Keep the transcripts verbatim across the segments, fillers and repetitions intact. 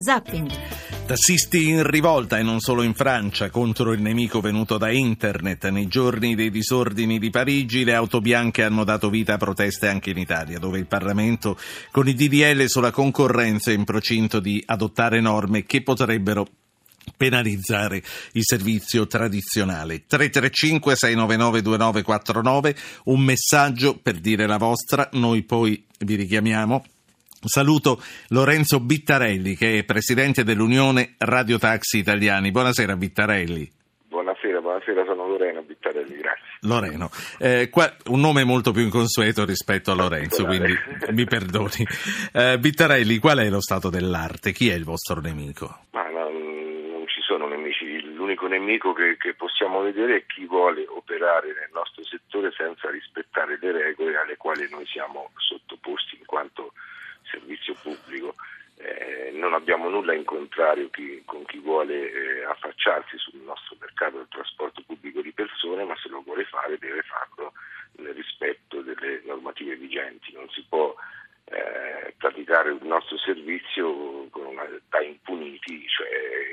Zapping. Tassisti in rivolta, e non solo in Francia, contro il nemico venuto da internet. Nei giorni dei disordini di Parigi le auto bianche hanno dato vita a proteste anche in Italia, dove il Parlamento con il D D L sulla concorrenza è in procinto di adottare norme che potrebbero penalizzare il servizio tradizionale. Tre tre cinque sei nove nove due nove quattro nove, un messaggio per dire la vostra, noi poi vi richiamiamo. Saluto Lorenzo Bittarelli, che è presidente dell'Unione Radio Taxi Italiani. Buonasera Bittarelli. Buonasera, buonasera, sono Loreno Bittarelli, grazie. Loreno, eh, qua, un nome molto più inconsueto rispetto a Lorenzo, quindi mi perdoni. Eh, Bittarelli, qual è lo stato dell'arte? Chi è il vostro nemico? Ma no, non ci sono nemici, l'unico nemico che, che possiamo vedere è chi vuole operare nel nostro settore senza rispettare le regole alle quali noi siamo sottoposti in quanto servizio pubblico. Eh, non abbiamo nulla in contrario chi, con chi vuole eh, affacciarsi sul nostro mercato del trasporto pubblico di persone, ma se lo vuole fare deve farlo nel rispetto delle normative vigenti. Non si può eh, praticare il nostro servizio con una, da impuniti, cioè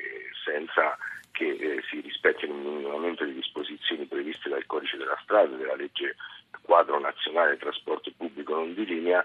senza che eh, si rispettino minimamente le disposizioni previste dal codice della strada, della legge quadro nazionale del trasporto pubblico non di linea,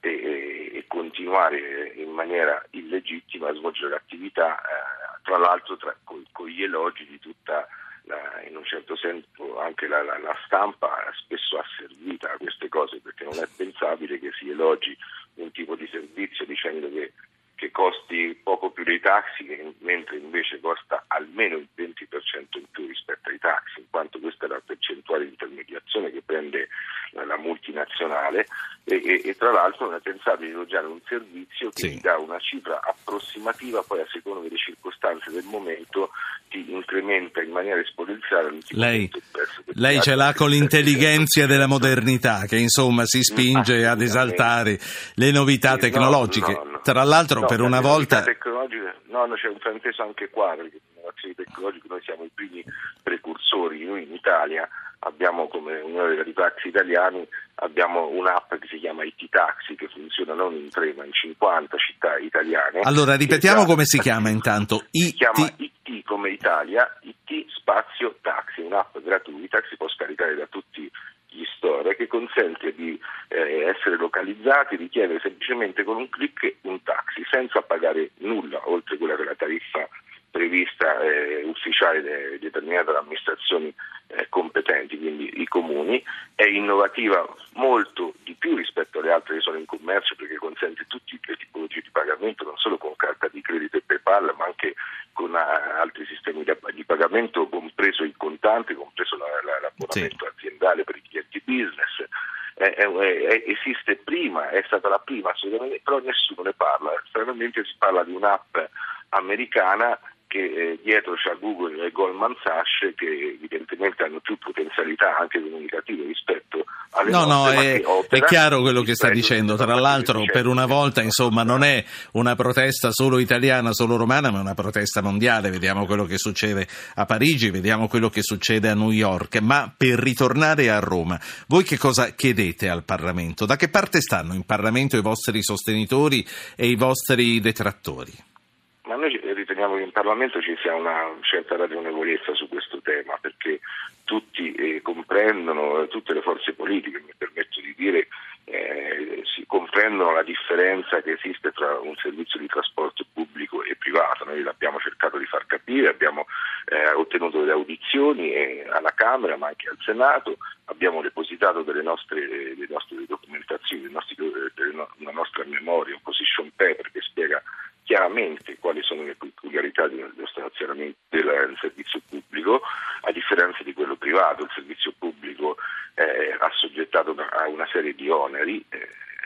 e, e continuare in maniera illegittima a svolgere l'attività, eh, tra l'altro tra, con, con gli elogi di tutta la, in un certo senso anche la, la, la stampa spesso asservita a queste cose, perché non è pensabile che si elogi un tipo di servizio dicendo che, che costi poco più dei taxi, che, mentre invece costa almeno il venti per cento in più rispetto ai taxi, in quanto questa è la percentuale di intermediazione che prende la, la multinazionale, e, e, e tra l'altro non è pensabile elogiare un servizio che sì. ti dà una cifra approssimativa, poi a seconda delle circostanze del momento ti incrementa in maniera esponenziale. Lei, lei ce l'ha con l'intelligenza della modernità, che insomma si spinge ad esaltare le novità tecnologiche. No, no, no. Tra l'altro no, per una volta... No, no, c'è un frainteso anche qua, perché le innovazioni tecnologiche noi siamo i primi precursori. Noi in Italia abbiamo, come Unione dei Taxi Italiani, abbiamo un'app che si chiama I T Taxi, che funziona non in tre ma in cinquanta città italiane. Allora ripetiamo già, come si chiama intanto. Si I T... chiama I T come Italia, I T spazio taxi, un'app gratuita che si può scaricare da tutti gli store, che consente di eh, essere localizzati, richiedere semplicemente con un click un taxi senza pagare nulla oltre quella che è la tariffa prevista eh, ufficiale de- determinata da amministrazioni eh, competenti, quindi i comuni. È innovativa molto di più rispetto alle altre che sono in commercio, perché consente tutte le tipologie di pagamento, non solo con carta di credito e PayPal, ma anche con uh, altri sistemi di, di pagamento, compreso il contante, compreso la, la, l'abbonamento sì. aziendale per i clienti business. È, è, è, esiste prima, è stata la prima assolutamente, però nessuno ne parla. Stranamente si parla di un'app americana che eh, dietro c'è Google e Goldman Sachs, che evidentemente hanno più potenzialità anche comunicative rispetto alle no no è, è chiaro quello che sta dicendo. Tra l'altro per una volta insomma non è una protesta solo italiana, solo romana, ma è una protesta mondiale. Vediamo quello che succede a Parigi, vediamo quello che succede a New York. Ma per ritornare a Roma, voi che cosa chiedete al Parlamento? Da che parte stanno in Parlamento i vostri sostenitori e i vostri detrattori? Ma noi riteniamo che in Parlamento ci sia una certa ragionevolezza su questo tema, perché tutti eh, comprendono, tutte le forze politiche, mi permetto di dire, eh, si comprendono la differenza che esiste tra un servizio di trasporto pubblico e privato. Noi l'abbiamo cercato di far capire, abbiamo eh, ottenuto delle audizioni eh, alla Camera ma anche al Senato, abbiamo depositato delle nostre, delle nostre documentazioni, delle nostre, delle, una nostra memoria, un position paper che spiega chiaramente quali sono le peculiarità dello stazionamento del servizio pubblico, a differenza di quello privato. Il servizio pubblico è assoggettato a una serie di oneri, eh,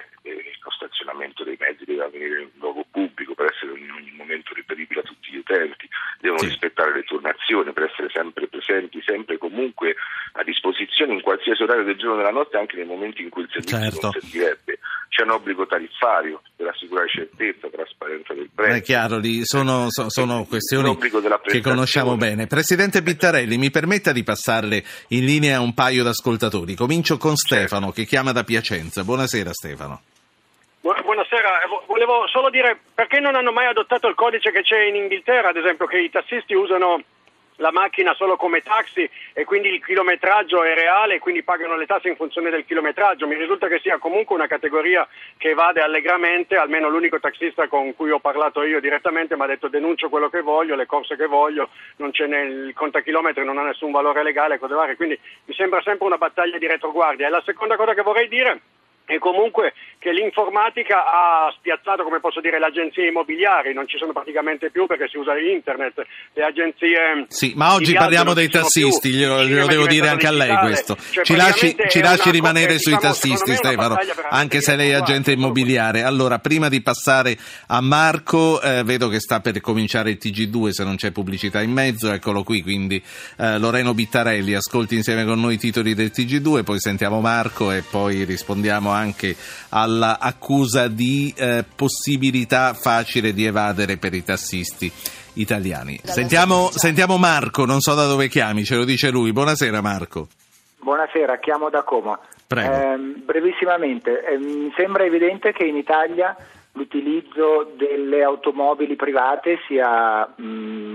lo stazionamento dei mezzi deve avvenire in luogo pubblico per essere in ogni momento reperibile a tutti gli utenti, devono sì. rispettare le turnazioni per essere sempre presenti, sempre comunque a disposizione in qualsiasi orario del giorno e della notte, anche nei momenti in cui il servizio certo. non servirebbe. C'è un obbligo tariffario per assicurare certezza, trasparenza del prezzo. È chiaro, sono, sono questioni che conosciamo bene. Presidente Bittarelli, mi permetta di passarle in linea un paio di ascoltatori. Comincio con Stefano, certo. che chiama da Piacenza. Buonasera Stefano. Buonasera buonasera. Volevo solo dire perché non hanno mai adottato il codice che c'è in Inghilterra, ad esempio, che i tassisti usano la macchina solo come taxi e quindi il chilometraggio è reale e quindi pagano le tasse in funzione del chilometraggio. Mi risulta che sia comunque una categoria che evade allegramente, almeno l'unico taxista con cui ho parlato io direttamente mi ha detto denuncio quello che voglio, le corse che voglio, non c'è nel contachilometri, non ha nessun valore legale, cose varie, quindi mi sembra sempre una battaglia di retroguardia. E la seconda cosa che vorrei dire e comunque che l'informatica ha spiazzato, come posso dire, le agenzie immobiliari, non ci sono praticamente più perché si usa internet, le agenzie... Sì, ma oggi parliamo dei tassisti, più, glielo, glielo devo dire anche digitale. A lei questo. Cioè, ci lasci, ci lasci rimanere co- sui diciamo, tassisti, Stefano, anche se lei è agente immobiliare. Allora, prima di passare a Marco, eh, vedo che sta per cominciare il T G due, se non c'è pubblicità in mezzo, eccolo qui, quindi eh, Loreno Bittarelli, ascolti insieme con noi i titoli del T G due, poi sentiamo Marco e poi rispondiamo anche all'accusa di eh, possibilità facile di evadere per i tassisti italiani. Sentiamo, sentiamo Marco, non so da dove chiami, ce lo dice lui. Buonasera Marco. Buonasera, chiamo da Como. Prego. Eh, brevissimamente, eh, mi sembra evidente che in Italia l'utilizzo delle automobili private sia mh,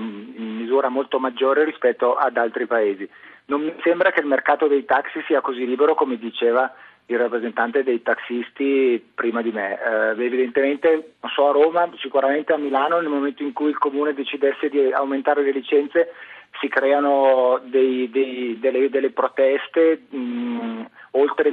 in misura molto maggiore rispetto ad altri paesi. Non mi sembra che il mercato dei taxi sia così libero come diceva il rappresentante dei taxisti prima di me. Eh, evidentemente, non so, a Roma, sicuramente a Milano, nel momento in cui il comune decidesse di aumentare le licenze, si creano dei, dei, delle, delle proteste mh, oltre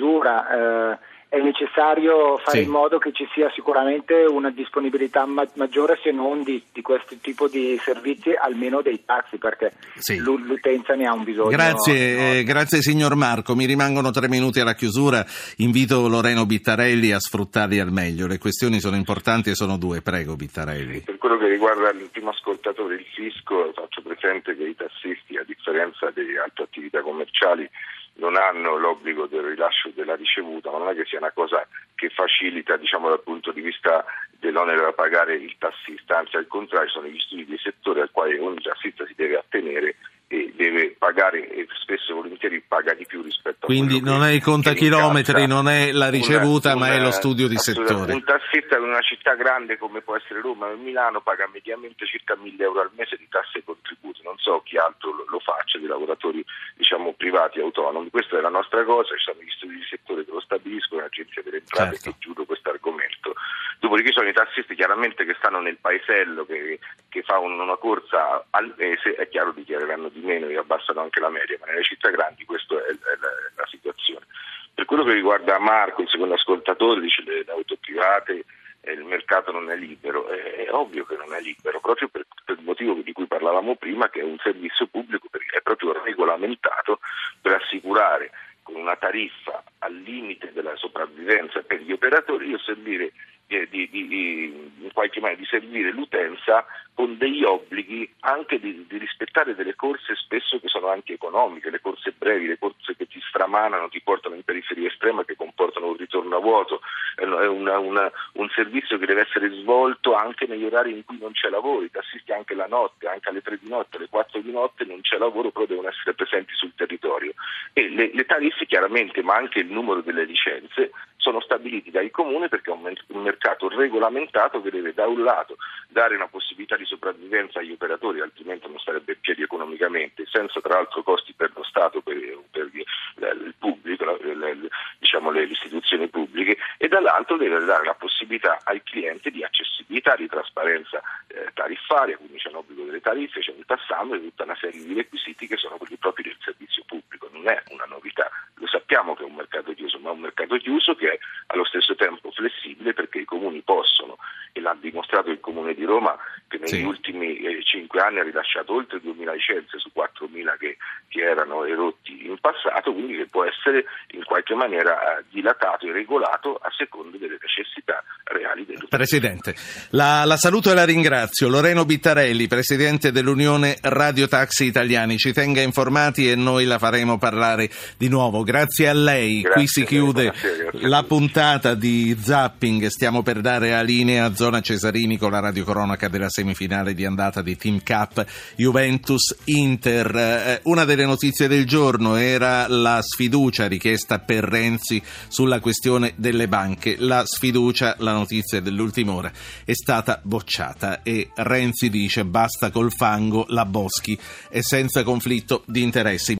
misura. Eh, è necessario fare sì. in modo che ci sia sicuramente una disponibilità ma- maggiore, se non di, di questo tipo di servizi, almeno dei taxi, perché sì. l- l'utenza ne ha un bisogno. Grazie, no? eh, grazie signor Marco. Mi rimangono tre minuti alla chiusura. Invito Loreno Bittarelli a sfruttarli al meglio. Le questioni sono importanti e sono due. Prego Bittarelli. Per quello che riguarda il primo ascoltatore, il fisco, faccio presente che i tassisti, a differenza delle altre attività commerciali, non hanno l'obbligo del rilascio della ricevuta, ma non è che sia una cosa che facilita, diciamo, dal punto di vista dell'onere da pagare il tassista, anzi al contrario sono gli studi di settore al quale ogni tassista si deve attenere e deve pagare, e spesso e volentieri paga di più rispetto a quindi quello non che, è i contachilometri, non è la ricevuta, una, ma una, è lo studio di settore. Un tassista in una città grande come può essere Roma o Milano paga mediamente circa mille euro al mese di tasse e contributi, non so chi altro lo, lo faccia, di lavoratori diciamo privati autonomi. Questa è la nostra cosa, ci sono gli studi di settore che lo stabiliscono, l'agenzia delle entrate certo. che giuro questo argomento. Dopodiché sono i tassisti chiaramente che stanno nel paesello, che, che fa un, una corsa al mese, è chiaro dichiareranno di meno e abbassano anche la media, ma nelle città grandi questa è, è, la, è la situazione. Per quello che riguarda Marco, il secondo ascoltatore, dice le, le auto private, eh, il mercato non è libero, è, è ovvio che non è libero, proprio per, per il motivo di cui parlavamo prima, che è un servizio pubblico, perché è proprio regolamentato per assicurare con una tariffa al limite della sopravvivenza per gli operatori, o servire di, di, di, in qualche maniera di servire l'utenza con degli obblighi anche di, di rispettare delle corse spesso che sono anche economiche, le corse brevi, le corse che ti stramanano, ti portano in periferia estrema, che comportano un ritorno a vuoto. È una, una, un servizio che deve essere svolto anche negli orari in cui non c'è lavoro, i tassisti anche la notte, anche alle tre di notte, alle quattro di notte non c'è lavoro, però devono essere presenti sul territorio. E le, le tariffe chiaramente, ma anche il numero delle licenze sono stabiliti dai comuni, perché è un, un mercato regolamentato che deve da un lato dare una possibilità di sopravvivenza agli operatori, altrimenti non starebbe in piedi economicamente, senza tra l'altro costi per lo Stato, per, per il pubblico, la, la, diciamo le istituzioni pubbliche, e dall'altro deve dare la possibilità ai clienti di accessibilità, di trasparenza eh, tariffaria, quindi c'è un obbligo delle tariffe, c'è un tassametro e tutta una serie di requisiti che sono quelli propri del servizio pubblico. Non è una novità, lo sappiamo che è un mercato chiuso, ma è un mercato chiuso che è allo stesso tempo flessibile, perché i comuni possono, e l'ha dimostrato il Comune di Roma, che negli sì. ultimi eh, cinque anni ha rilasciato oltre duemila licenze su quattromila che, che erano erotti in passato, quindi che può essere in qualche maniera eh, dilatato e regolato a seconda delle necessità reali del Presidente, la, la saluto e la ringrazio. Loreno Bittarelli, Presidente dell'Unione Radio Taxi Italiani, ci tenga informati e noi la faremo parlare di nuovo. Grazie a lei. Grazie, qui si chiude grazie, la puntata di Zapping, stiamo per dare a linea a Zona Cesarini con la radiocronaca della sera. semifinale di andata di Team Cup Juventus-Inter. Eh, una delle notizie del giorno era la sfiducia richiesta per Renzi sulla questione delle banche. La sfiducia, la notizia dell'ultima ora, è stata bocciata e Renzi dice basta col fango, la Boschi è senza conflitto di interessi.